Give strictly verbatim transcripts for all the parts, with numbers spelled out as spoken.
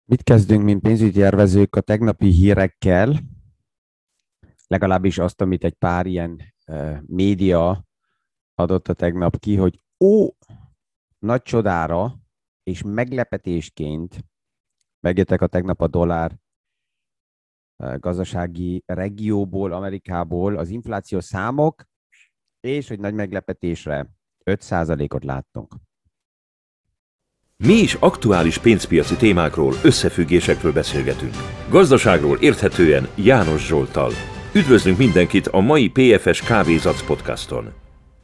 Mit kezdünk, mint pénzügyi tervezők a tegnapi hírekkel, legalábbis azt, amit egy pár ilyen uh, média adott a tegnap ki, hogy ó, nagy csodára és meglepetésként megjöttek a tegnap a dollár uh, gazdasági regióból, Amerikából az infláció számok, és hogy nagy meglepetésre öt százalékot láttunk. Mi is aktuális pénzpiaci témákról, összefüggésekről beszélgetünk. Gazdaságról érthetően János Zsolttal. Üdvözlünk mindenkit a mai pé ef es Kávézac podcaston.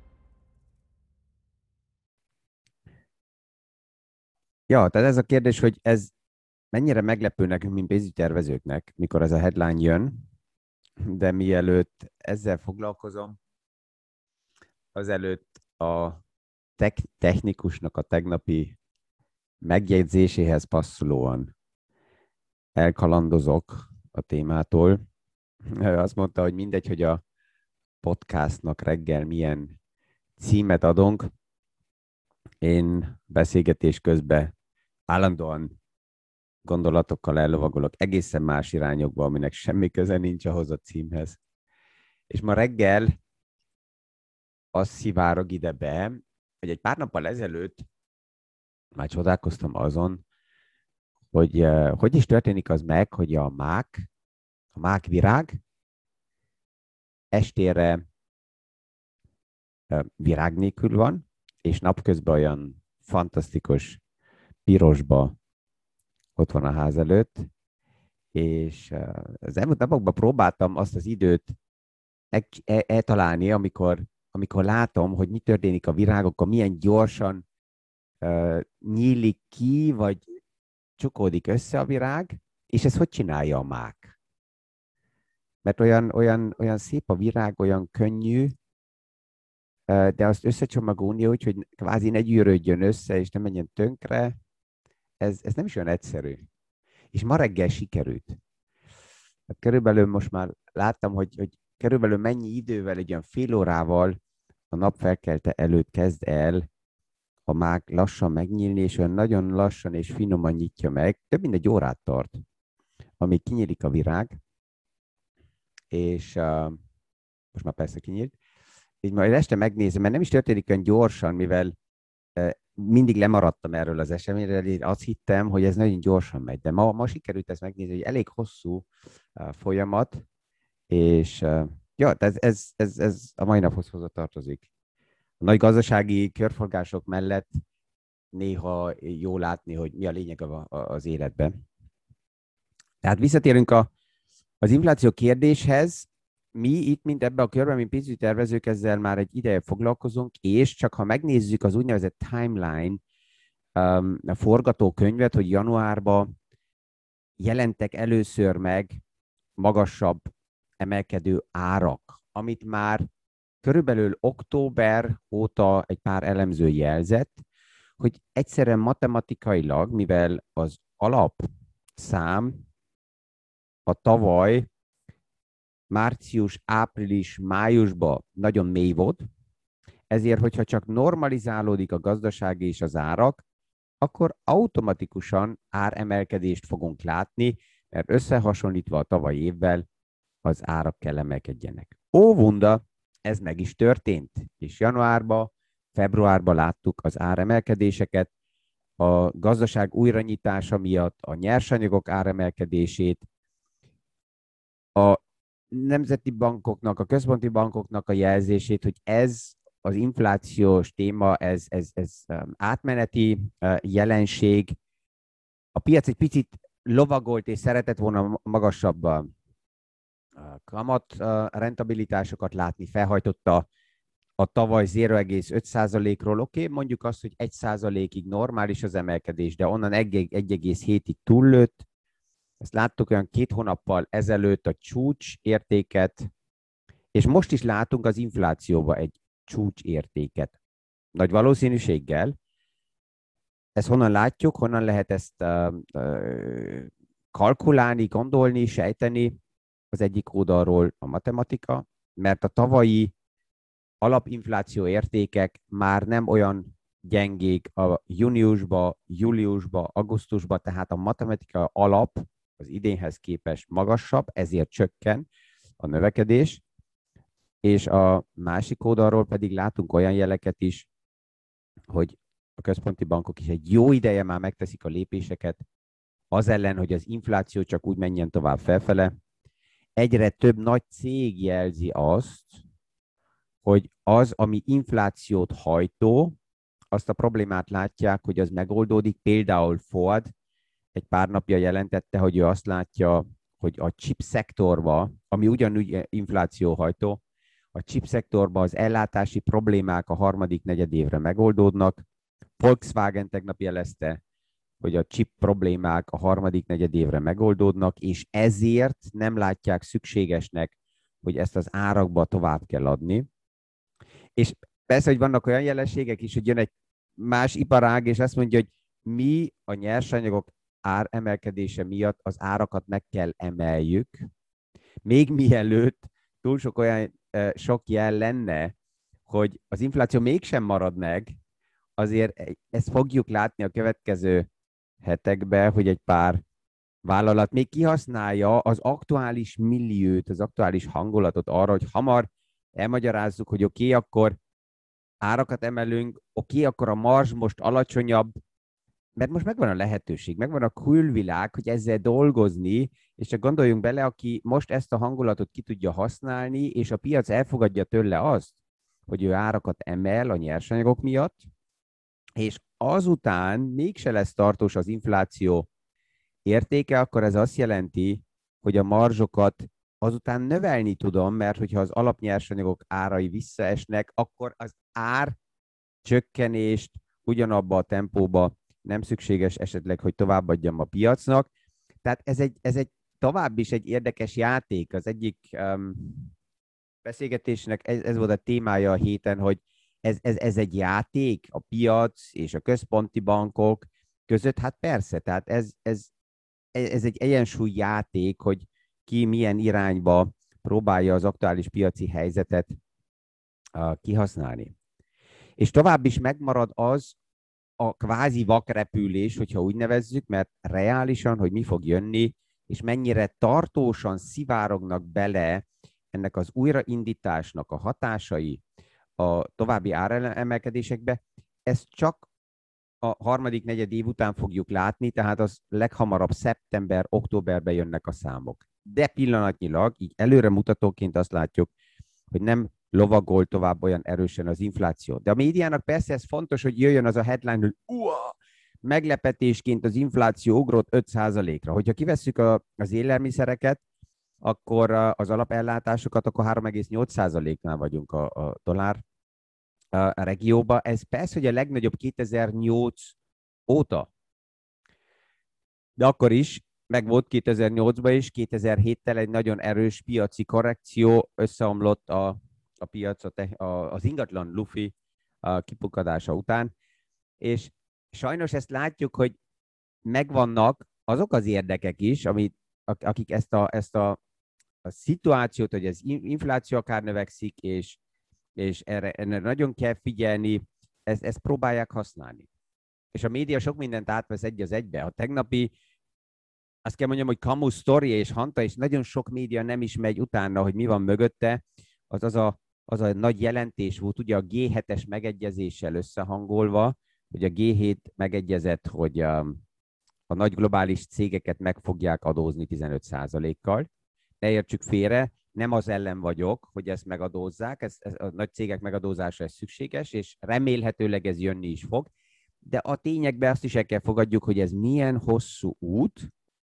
Ja, tehát ez a kérdés, hogy ez mennyire meglepő nekünk, mint pénzügyi tervezőknek, mikor ez a headline jön, de mielőtt ezzel foglalkozom, azelőtt a tek- technikusnak a tegnapi megjegyzéséhez passzolóan elkalandozok a témától. Azt mondta, hogy mindegy, hogy a podcastnak reggel milyen címet adunk. Én beszélgetés közben állandóan gondolatokkal ellovagolok egészen más irányokba, aminek semmi köze nincs ahhoz a címhez. És ma reggel az szivárog ide be, hogy egy pár nappal ezelőtt már csodálkoztam azon, hogy uh, hogy is történik az meg, hogy a mák, a mákvirág estére uh, virág nélkül van, és napközben olyan fantasztikus pirosba ott van a ház előtt, és uh, az elmúlt napokban próbáltam azt az időt eltalálni, amikor, amikor látom, hogy mi történik a virágokkal, milyen gyorsan uh, nyílik ki, vagy csukódik össze a virág, és ez hogy csinálja a mák? Mert olyan, olyan, olyan szép a virág, olyan könnyű, uh, de azt összecsomagolni úgy, hogy kvázi ne gyűrődjön össze, és ne menjen tönkre, ez, ez nem is olyan egyszerű. És ma reggel sikerült. Hát körülbelül most már láttam, hogy, hogy körülbelül mennyi idővel, egy olyan fél órával a nap felkelte előtt kezd el a mák lassan megnyílni, és olyan nagyon lassan és finoman nyitja meg. Több mint egy órát tart, amíg kinyílik a virág, és uh, most már persze kinyílt. Így majd este megnézem, mert nem is történik olyan gyorsan, mivel uh, mindig lemaradtam erről az eseményről, én azt hittem, hogy ez nagyon gyorsan megy, de ma, ma sikerült ezt megnézni, hogy elég hosszú uh, folyamat, és uh, ja, ez, ez, ez, ez a mai naphoz hozzátartozik. A nagy gazdasági körforgások mellett néha jó látni, hogy mi a lényeg a, a, az életben. Tehát visszatérünk a, az infláció kérdéshez. Mi itt, mint ebben a körben, mint pénzügyi tervezők, ezzel már egy ideje foglalkozunk, és csak ha megnézzük az úgynevezett timeline, um, a forgatókönyvet, hogy januárban jelentek először meg magasabb emelkedő árak, amit már körülbelül október óta egy pár elemző jelzett, hogy egyszerűen matematikailag, mivel az alapszám a tavaly március, április, májusban nagyon mély volt, ezért, hogyha csak normalizálódik a gazdaság és az árak, akkor automatikusan áremelkedést fogunk látni, mert összehasonlítva a tavalyi évvel az árak kell emelkedjenek. Ó, vunda, ez meg is történt, és januárban, februárban láttuk az áremelkedéseket, a gazdaság újranyitása miatt a nyersanyagok áremelkedését, a nemzeti bankoknak, a központi bankoknak a jelzését, hogy ez az inflációs téma, ez, ez, ez átmeneti jelenség. A piac egy picit lovagolt és szeretett volna magasabb kamat rentabilitásokat látni, felhajtotta a tavaly nulla egész öt százalékról, oké, okay, mondjuk azt, hogy egy százalékig normális az emelkedés, de onnan egy egész hétig túllőtt. Ezt láttuk olyan két hónappal ezelőtt a csúcs értéket, és most is látunk az inflációba egy csúcs értéket. Nagy valószínűséggel. Ezt honnan látjuk, honnan lehet ezt uh, uh, kalkulálni, gondolni, sejteni? Az egyik oldalról a matematika, mert a tavalyi alapinfláció értékek már nem olyan gyengék a júniusba, júliusba, augusztusba, tehát a matematika alap az idénhez képest magasabb, ezért csökken a növekedés, és a másik oldalról pedig látunk olyan jeleket is, hogy a központi bankok is egy jó ideje már megteszik a lépéseket az ellen, hogy az infláció csak úgy menjen tovább felfele. Egyre több nagy cég jelzi azt, hogy az, ami inflációt hajtó, azt a problémát látják, hogy az megoldódik. Például Ford egy pár napja jelentette, hogy ő azt látja, hogy a chip szektorban, ami ugyanúgy inflációhajtó, a chip szektorban az ellátási problémák a harmadik negyedévre megoldódnak. Volkswagen tegnap jelezte, hogy a chip problémák a harmadik negyedévre megoldódnak, és ezért nem látják szükségesnek, hogy ezt az árakba tovább kell adni. És persze, hogy vannak olyan jelenségek is, hogy jön egy más iparág, és azt mondja, hogy mi a nyersanyagok ár emelkedése miatt az árakat meg kell emeljük, még mielőtt túl sok olyan uh, sok jel lenne, hogy az infláció mégsem marad meg, azért ezt fogjuk látni a következő hetekben, hogy egy pár vállalat még kihasználja az aktuális milliót, az aktuális hangulatot arra, hogy hamar elmagyarázzuk, hogy oké, okay, akkor árakat emelünk, oké, okay, akkor a marzs most alacsonyabb, mert most megvan a lehetőség, megvan a külvilág, hogy ezzel dolgozni, és csak gondoljunk bele, aki most ezt a hangulatot ki tudja használni, és a piac elfogadja tőle azt, hogy ő árakat emel a nyersanyagok miatt, és azután mégse lesz tartós az infláció értéke, akkor ez azt jelenti, hogy a marzsokat azután növelni tudom, mert hogyha az alapnyersanyagok árai visszaesnek, akkor az ár csökkenést ugyanabba a tempóba nem szükséges esetleg, hogy továbbadjam a piacnak. Tehát ez egy, ez egy tovább is egy érdekes játék. Az egyik um, beszélgetésnek ez, ez volt a témája a héten, hogy ez, ez, ez egy játék a piac és a központi bankok között. Hát persze, tehát ez, ez, ez egy egyensúly játék, hogy ki milyen irányba próbálja az aktuális piaci helyzetet uh, kihasználni. És tovább is megmarad az a kvázi vakrepülés, hogyha úgy nevezzük, mert reálisan, hogy mi fog jönni, és mennyire tartósan szivárognak bele ennek az újraindításnak a hatásai a további áremelkedésekbe, ezt csak a harmadik negyed év után fogjuk látni, tehát az leghamarabb szeptember-októberben jönnek a számok. De pillanatnyilag, így előremutatóként azt látjuk, hogy nem lovagol tovább olyan erősen az infláció. De a médiának persze ez fontos, hogy jöjjön az a headline, hogy uha, meglepetésként az infláció ugrott öt százalékra. Hogyha kivesszük a, az élelmiszereket, akkor az alapellátásokat, akkor három egész nyolc százaléknál vagyunk a, a dollár a regióba. Ez persze, hogy a legnagyobb kétezer-nyolc óta. De akkor is meg volt kétezer-nyolcban is, kétezer-héttel egy nagyon erős piaci korrekció, összeomlott a, a piac a, a, az ingatlan lufi a kipukkadása után, és sajnos ezt látjuk, hogy megvannak azok az érdekek is, amit, akik ezt a, ezt a, a szituációt, hogy az infláció akár növekszik, és, és erre, erre nagyon kell figyelni, ezt, ezt próbálják használni. És a média sok mindent átvesz egy az egybe. A tegnapi, azt kell mondjam, hogy Camus sztoria és Hanta, és nagyon sok média nem is megy utána, hogy mi van mögötte, az az a, az a nagy jelentés volt, ugye a gé hetes megegyezéssel összehangolva, hogy a gé hét megegyezett, hogy a, a nagy globális cégeket meg fogják adózni tizenöt százalékkal. Ne értsük félre, nem az ellen vagyok, hogy ezt megadózzák, ez, ez, a nagy cégek megadózása ez szükséges, és remélhetőleg ez jönni is fog, de a tényekben azt is el kell fogadjuk, hogy ez milyen hosszú út.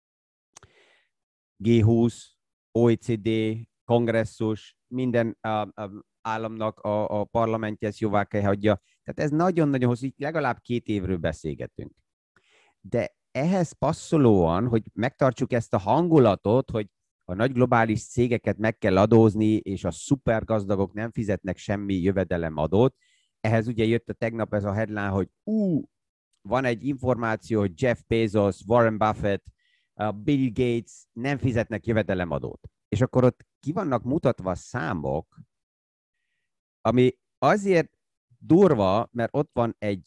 gé húsz, o e cé dé, kongresszus, minden uh, uh, államnak a, a parlamentje ezt jóvá kell hagyja. Tehát ez nagyon-nagyon hosszú, legalább két évről beszélgetünk. De ehhez passzolóan, hogy megtartsuk ezt a hangulatot, hogy a nagy globális cégeket meg kell adózni, és a szupergazdagok nem fizetnek semmi jövedelemadót, ehhez ugye jött a tegnap ez a headline, hogy ú, van egy információ, hogy Jeff Bezos, Warren Buffett, Bill Gates nem fizetnek jövedelemadót. És akkor ott ki vannak mutatva számok, ami azért durva, mert ott van egy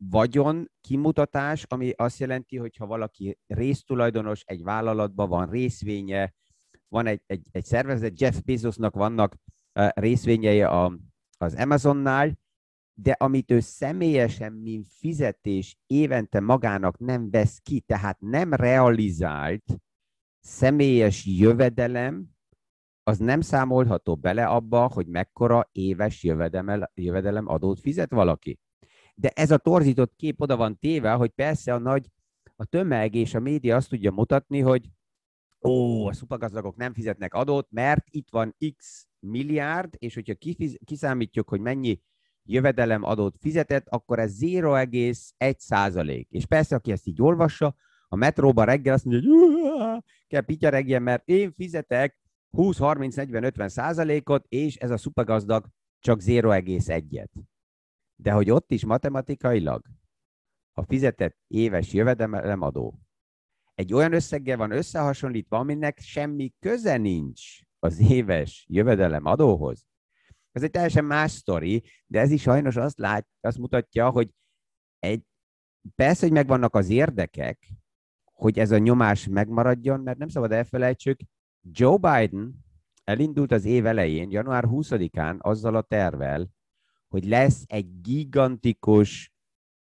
vagyon kimutatás, ami azt jelenti, hogy ha valaki résztulajdonos, egy vállalatban van részvénye, van egy, egy, egy szervezet, Jeff Bezosnak vannak uh, részvényei a, az Amazonnál, de amit ő személyesen, mint fizetés évente magának nem vesz ki, tehát nem realizált személyes jövedelem, az nem számolható bele abba, hogy mekkora éves jövedelem, jövedelem adót fizet valaki. De ez a torzított kép oda van téve, hogy persze a nagy, a tömeg és a média azt tudja mutatni, hogy ó, a szupergazdagok nem fizetnek adót, mert itt van X milliárd, és hogyha kifiz, kiszámítjuk, hogy mennyi jövedelem adót fizetett, akkor ez nulla egész egy százalék. És persze, aki ezt így olvassa, a metróban reggel azt mondja, hogy kell pityeregjen, mert én fizetek húsz, harminc, negyven, ötven százalékot, és ez a szupergazdag csak nulla egész egyet. De hogy ott is matematikailag a fizetett éves jövedelemadó egy olyan összeggel van összehasonlítva, aminek semmi köze nincs az éves jövedelemadóhoz. Ez egy teljesen más sztori, de ez is sajnos azt, lát, azt mutatja, hogy egy, persze, hogy megvannak az érdekek, hogy ez a nyomás megmaradjon, mert nem szabad elfelejtsük, Joe Biden elindult az év elején, január huszadikán azzal a tervvel, hogy lesz egy gigantikus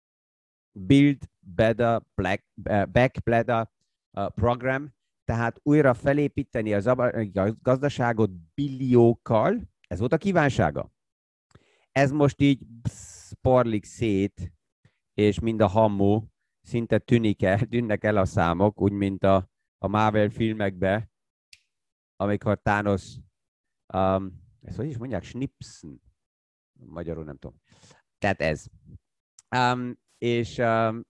Build Better Black, Back Better program, tehát újra felépíteni az gazdaságot billiókkal, ez volt a kívánsága. Ez most így psz, porlik szét, és mind a hamu, szinte tűnik el, tűnnek el a számok, úgy, mint a, a Marvel filmekben, amikor Thanos, um, ezt hogy is mondják, Schnipsen, magyarul nem tudom. Tehát ez. Um, és um,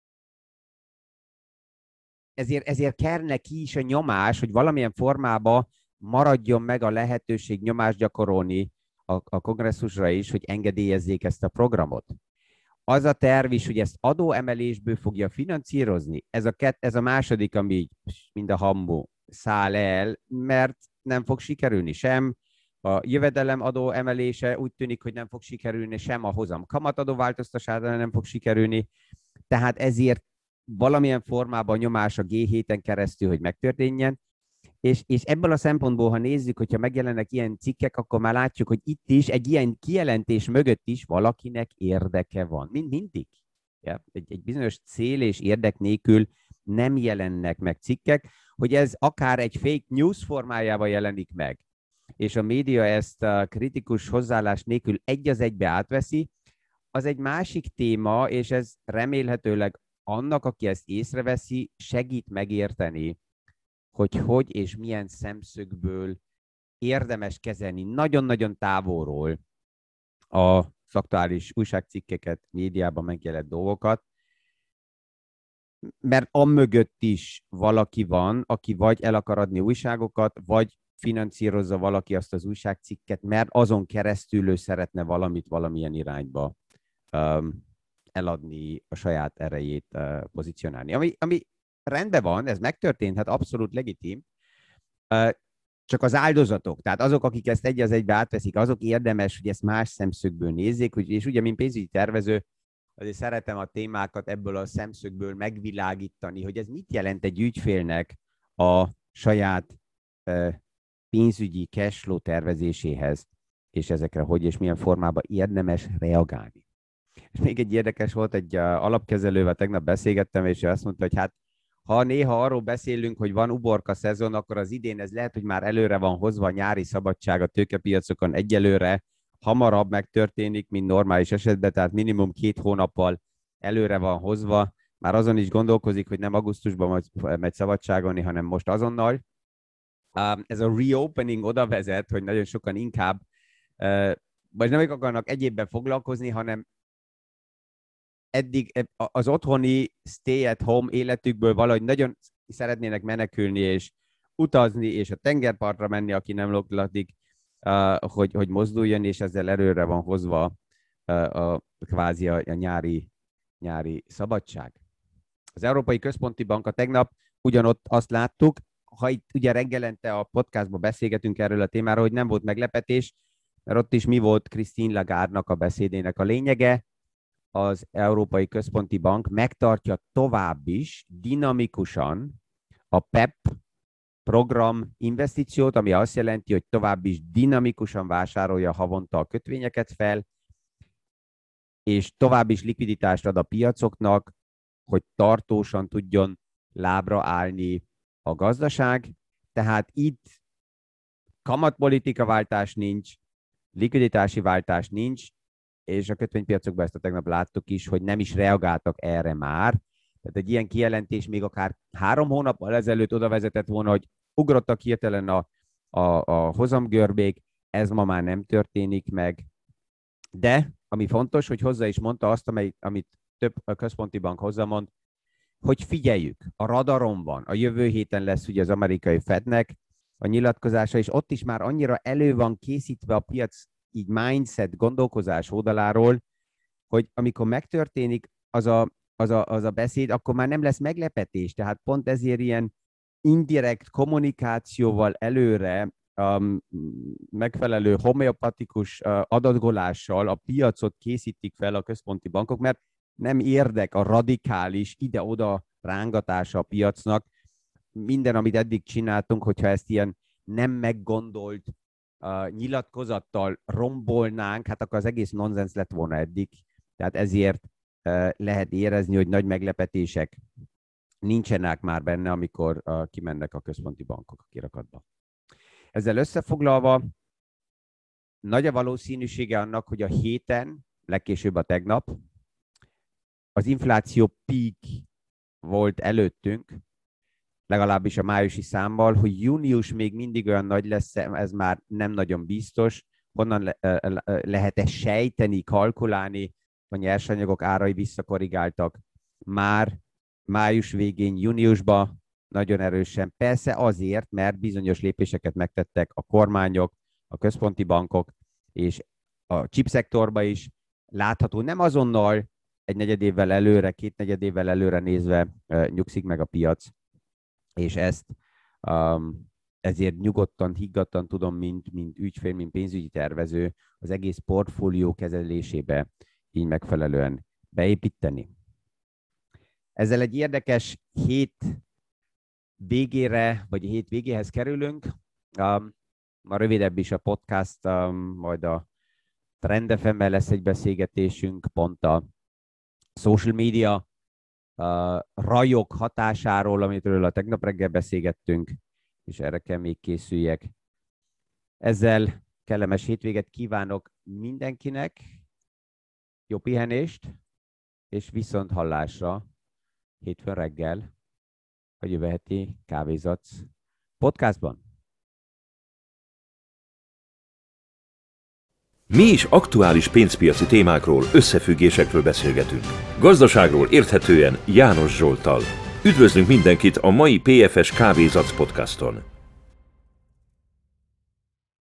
ezért, ezért kell neki is a nyomás, hogy valamilyen formában maradjon meg a lehetőség nyomást gyakorolni a, a kongresszusra is, hogy engedélyezzék ezt a programot. Az a terv is, hogy ezt adóemelésből fogja finanszírozni. Ez a, kett, ez a második, ami mind a hambu száll el, mert nem fog sikerülni sem. A jövedelemadó emelése úgy tűnik, hogy nem fog sikerülni, sem a hozam kamatadó változtatása nem fog sikerülni. Tehát ezért valamilyen formában nyomás a gé héten keresztül, hogy megtörténjen. És, és ebből a szempontból, ha nézzük, hogyha megjelennek ilyen cikkek, akkor már látjuk, hogy itt is egy ilyen kijelentés mögött is valakinek érdeke van. Mind, mindig. Ja? Egy, egy bizonyos cél és érdek nélkül nem jelennek meg cikkek, hogy ez akár egy fake news formájában jelenik meg, és a média ezt a kritikus hozzáállás nélkül egy az egybe átveszi, az egy másik téma, és ez remélhetőleg annak, aki ezt észreveszi, segít megérteni, hogy hogy és milyen szemszögből érdemes kezelni nagyon-nagyon távolról a aktuális újságcikkeket, médiában megjelent dolgokat, mert amögött is valaki van, aki vagy el akar adni újságokat, vagy finanszírozza valaki azt az újságcikket, mert azon keresztül ő szeretne valamit valamilyen irányba um, eladni, a saját erejét uh, pozícionálni. Ami, ami rendben van, ez megtörténhet, abszolút legitim, uh, csak az áldozatok, tehát azok, akik ezt egy az egybe átveszik, azok érdemes, hogy ezt más szemszögből nézzék, és ugye, mint pénzügyi tervező, azért szeretem a témákat ebből a szemszögből megvilágítani, hogy ez mit jelent egy ügyfélnek a saját uh, pénzügyi cashflow tervezéséhez, és ezekre hogy és milyen formában érdemes reagálni. És még egy érdekes volt, egy uh, alapkezelővel tegnap beszélgettem, és ő azt mondta, hogy hát ha néha arról beszélünk, hogy van uborka szezon, akkor az idén ez lehet, hogy már előre van hozva a nyári szabadság a tőkepiacokon egyelőre, hamarabb megtörténik, mint normális esetben, tehát minimum két hónappal előre van hozva. Már azon is gondolkozik, hogy nem augusztusban megy szabadságolni, hanem most azonnal. Ez a reopening oda vezet, hogy nagyon sokan inkább, vagy nem akarnak egyébben foglalkozni, hanem eddig az otthoni stay-at-home életükből valahogy nagyon szeretnének menekülni, és utazni, és a tengerpartra menni, aki nem latik, hogy, hogy mozduljon, és ezzel erőre van hozva a, a kvázi a, a nyári, nyári szabadság. Az Európai Központi Bank a tegnap ugyanott azt láttuk, ha itt ugye reggelente a podcastban beszélgetünk erről a témáról, hogy nem volt meglepetés, mert ott is mi volt Christine Lagarde-nak a beszédének a lényege. az Európai Központi Bank megtartja tovább is dinamikusan a pé e pé program investíciót, ami azt jelenti, hogy tovább is dinamikusan vásárolja havonta a kötvényeket fel, és tovább is likviditást ad a piacoknak, hogy tartósan tudjon lábra állni a gazdaság. Tehát itt kamatpolitikaváltás nincs, likviditási váltás nincs, és a kötvénypiacokban ezt a tegnap láttuk is, hogy nem is reagáltak erre már. Tehát egy ilyen kijelentés még akár három hónappal ezelőtt oda vezetett volna, hogy ugrottak hirtelen a, a, a hozamgörbék, ez ma már nem történik meg. De, ami fontos, hogy hozzá is mondta azt, amely, amit több a központi bank hozzamond, hogy figyeljük, a radaron van, a jövő héten lesz ugye az amerikai Fednek a nyilatkozása, és ott is már annyira elő van készítve a piac így mindset gondolkozás oldaláról, hogy amikor megtörténik az a, az, a, az a beszéd, akkor már nem lesz meglepetés. Tehát pont ezért ilyen indirekt kommunikációval előre um, megfelelő homeopatikus uh, adatgolással a piacot készítik fel a központi bankok, mert nem érdek a radikális ide-oda rángatása a piacnak. Minden, amit eddig csináltunk, hogyha ezt ilyen nem meggondolt uh, nyilatkozattal rombolnánk, hát akkor az egész nonsens lett volna eddig. Tehát ezért uh, lehet érezni, hogy nagy meglepetések nincsenek már benne, amikor uh, kimennek a központi bankok a kirakatba. Ezzel összefoglalva, nagy a valószínűsége annak, hogy a héten, legkésőbb a tegnap, az infláció peak volt előttünk, legalábbis a májusi számmal, hogy június még mindig olyan nagy lesz, ez már nem nagyon biztos. Honnan le, le, lehet-e sejteni, kalkulálni, a nyersanyagok árai visszakorrigáltak már május végén, júniusban nagyon erősen. Persze azért, mert bizonyos lépéseket megtettek a kormányok, a központi bankok és a chipszektorban is. Látható, nem azonnal egy negyedévvel előre, két negyedévvel előre nézve uh, nyugszik meg a piac, és ezt um, ezért nyugodtan, higgadtan tudom, mint, mint ügyfél, mint pénzügyi tervező, az egész portfólió kezelésébe így megfelelően beépíteni. Ezzel egy érdekes hét végére, vagy a hét végéhez kerülünk. Um, ma rövidebb is a podcast, um, majd a Trend ef em-mel lesz egy beszélgetésünk, pont a social media uh, rajok hatásáról, amitől a tegnap reggel beszélgettünk, és erre kell még készüljek. Ezzel kellemes hétvéget kívánok mindenkinek, jó pihenést, és viszont hallásra hétfőn reggel a jövő heti Kávézac podcastban. Mi is aktuális pénzpiaci témákról, összefüggésekről beszélgetünk. Gazdaságról érthetően János Zsolttal. Üdvözlünk mindenkit a mai pé ef es Kávézac podcaston!